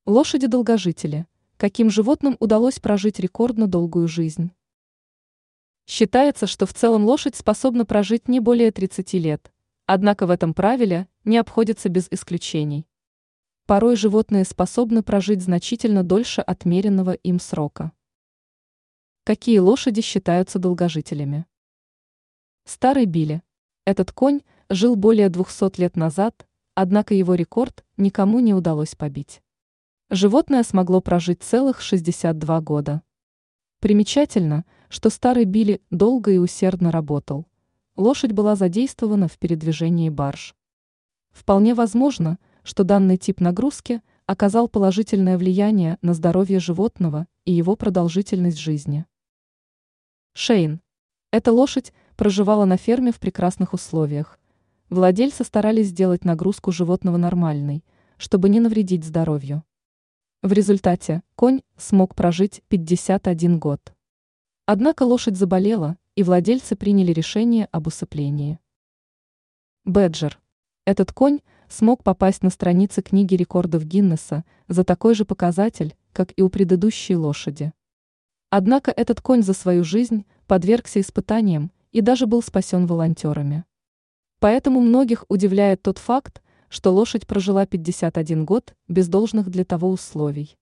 Лошади-долгожители. Каким животным удалось прожить рекордно долгую жизнь? Считается, что в целом лошадь способна прожить не более 30 лет, однако в этом правиле не обходится без исключений. Порой животные способны прожить значительно дольше отмеренного им срока. Какие лошади считаются долгожителями? Старый Билли. Этот конь жил более 200 лет назад, однако его рекорд никому не удалось побить. Животное смогло прожить целых 62 года. Примечательно, что старый Билли долго и усердно работал. Лошадь была задействована в передвижении барж. Вполне возможно, что данный тип нагрузки оказал положительное влияние на здоровье животного и его продолжительность жизни. Шейн. Эта лошадь проживала на ферме в прекрасных условиях. Владельцы старались сделать нагрузку животного нормальной, чтобы не навредить здоровью. В результате конь смог прожить 51 год. Однако лошадь заболела, и владельцы приняли решение об усыплении. Бэджер. Этот конь смог попасть на страницы книги рекордов Гиннесса за такой же показатель, как и у предыдущей лошади. Однако этот конь за свою жизнь подвергся испытаниям и даже был спасен волонтерами. Поэтому многих удивляет тот факт, что лошадь прожила 51 год без должных для того условий.